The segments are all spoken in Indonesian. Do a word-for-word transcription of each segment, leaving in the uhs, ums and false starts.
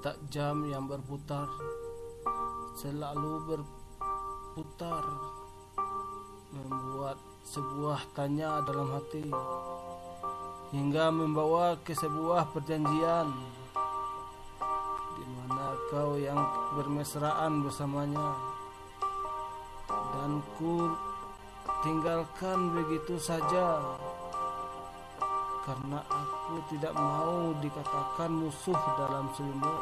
detak jam yang berputar selalu berputar, membuat sebuah tanya dalam hati, hingga membawa ke sebuah perjanjian di mana kau yang bermesraan bersamanya dan ku tinggalkan begitu saja karena aku tidak mau dikatakan musuh dalam selimut.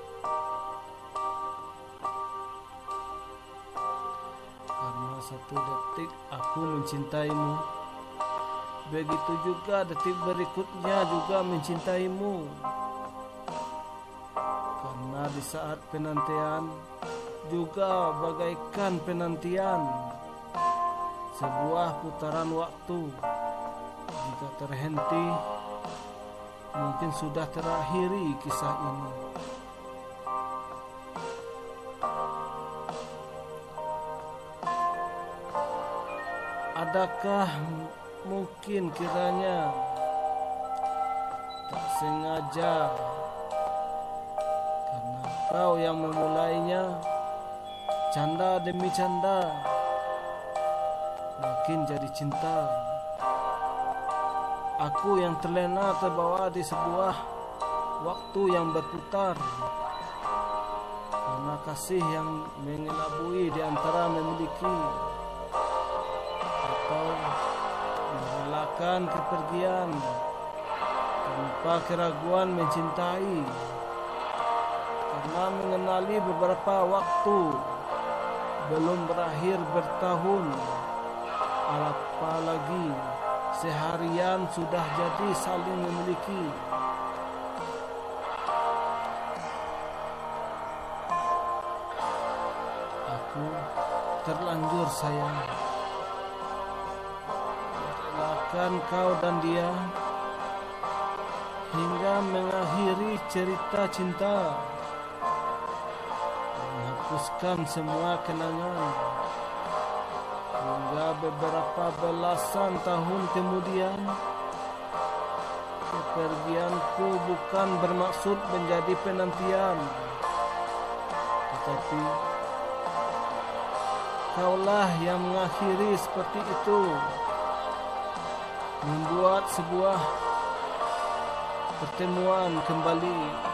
Karena satu detik aku mencintaimu, begitu juga detik berikutnya juga mencintaimu. Karena di saat penantian juga bagaikan penantian sebuah putaran waktu. Jika terhenti, mungkin sudah terakhiri kisah ini. Adakah mungkin kiranya tak sengaja karena kau yang memulainya, canda demi canda makin jadi cinta. Aku yang terlena terbawa di sebuah waktu yang berputar, karena kasih yang mengelabui di antara memiliki atau merelakan kepergian tanpa keraguan mencintai, karena mengenali beberapa waktu belum berakhir bertahun, apalagi seharian sudah jadi saling memiliki. Aku terlanjur sayang, merelakan kau dan dia hingga mengakhiri cerita cinta, menghapuskan semua kenangan. Hingga beberapa belasan tahun kemudian, kepergianku bukan bermaksud menjadi penantian, tetapi kaulah yang mengakhiri seperti itu, membuat sebuah pertemuan kembali.